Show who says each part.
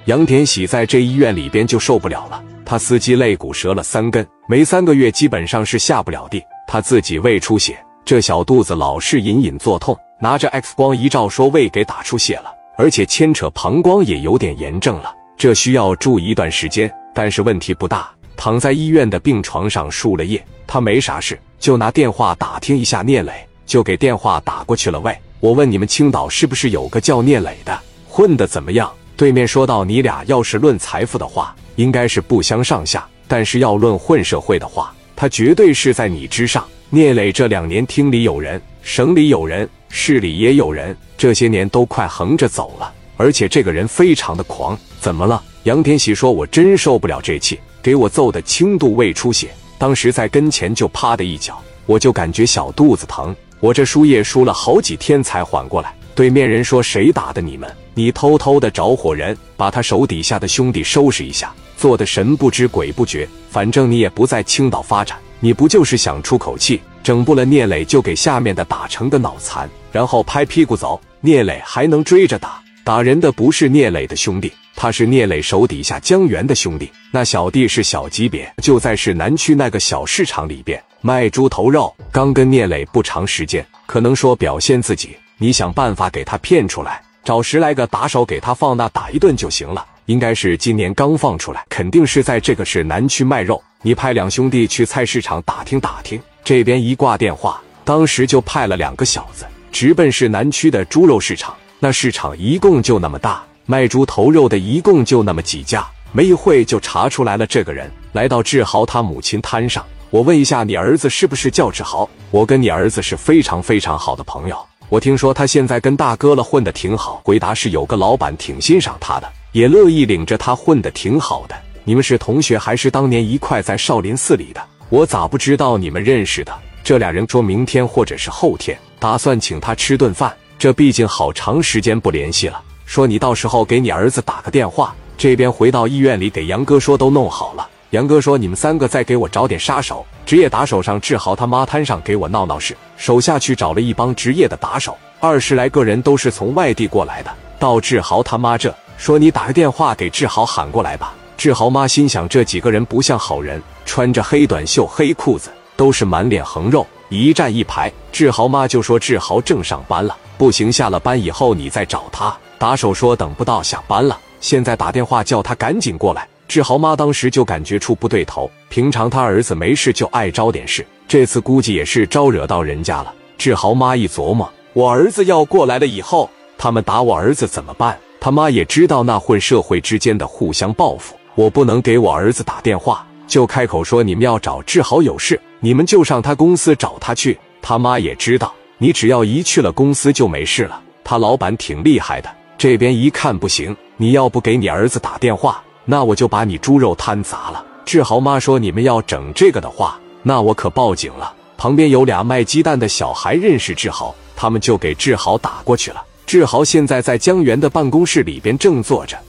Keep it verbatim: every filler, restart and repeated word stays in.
Speaker 1: 杨天喜在这医院里边就受不了了，他司机肋骨折了三根，没三个月基本上是下不了地。他自己胃出血，这小肚子老是隐隐作痛，拿着 X 光一照说胃给打出血了，而且牵扯膀胱也有点炎症了，这需要住一段时间，但是问题不大。躺在医院的病床上输了液，他没啥事，就拿电话打听一下聂磊，就给电话打过去了。喂，我问你们青岛是不是有个叫聂磊的，混得怎么样？对面说到，你俩要是论财富的话，应该是不相上下，但是要论混社会的话，他绝对是在你之上。聂磊这两年厅里有人，省里有人，市里也有人，这些年都快横着走了，而且这个人非常的狂。怎么了？杨天喜说，我真受不了这气，给我揍的轻度胃出血，当时在跟前就啪的一脚，我就感觉小肚子疼，我这输液输了好几天才缓过来。对面人说，谁打的你们？你偷偷的找伙人，把他手底下的兄弟收拾一下，做的神不知鬼不觉，反正你也不在青岛发展，你不就是想出口气？整不了聂磊就给下面的打成个脑残，然后拍屁股走。聂磊还能追着打，打人的不是聂磊的兄弟，他是聂磊手底下江源的兄弟，那小弟是小级别，就在市南区那个小市场里边卖猪头肉，刚跟聂磊不长时间，可能说表现自己，你想办法给他骗出来，找十来个打手给他放那打一顿就行了。应该是今年刚放出来，肯定是在这个市南区卖肉，你派两兄弟去菜市场打听打听。这边一挂电话，当时就派了两个小子直奔市南区的猪肉市场，那市场一共就那么大，卖猪头肉的一共就那么几家，没一会就查出来了这个人，来到志豪他母亲摊上。我问一下，你儿子是不是叫志豪？我跟你儿子是非常非常好的朋友，我听说他现在跟大哥了混得挺好。回答是有个老板挺欣赏他的，也乐意领着他混得挺好的。你们是同学还是当年一块在少林寺里的？我咋不知道你们认识的？这俩人说明天或者是后天打算请他吃顿饭，这毕竟好长时间不联系了，说你到时候给你儿子打个电话，这边回到医院里给杨哥说都弄好了。杨哥说，你们三个再给我找点杀手，职业打手上志豪他妈摊上给我闹闹事。手下去找了一帮职业的打手，二十来个人都是从外地过来的，到志豪他妈这，说你打个电话给志豪喊过来吧。志豪妈心想，这几个人不像好人，穿着黑短袖黑裤子，都是满脸横肉，一站一排。志豪妈就说，志豪正上班了，不行下了班以后你再找他。打手说等不到下班了，现在打电话叫他赶紧过来。志豪妈当时就感觉出不对头，平常他儿子没事就爱招点事，这次估计也是招惹到人家了。志豪妈一琢磨，我儿子要过来了以后，他们打我儿子怎么办？他妈也知道那混社会之间的互相报复，我不能给我儿子打电话，就开口说，你们要找志豪有事，你们就上他公司找他去。他妈也知道，你只要一去了公司就没事了，他老板挺厉害的。这边一看不行，你要不给你儿子打电话，那我就把你猪肉摊砸了。志豪妈说，你们要整这个的话，那我可报警了。旁边有俩卖鸡蛋的小孩认识志豪，他们就给志豪打过去了。志豪现在在江源的办公室里边正坐着，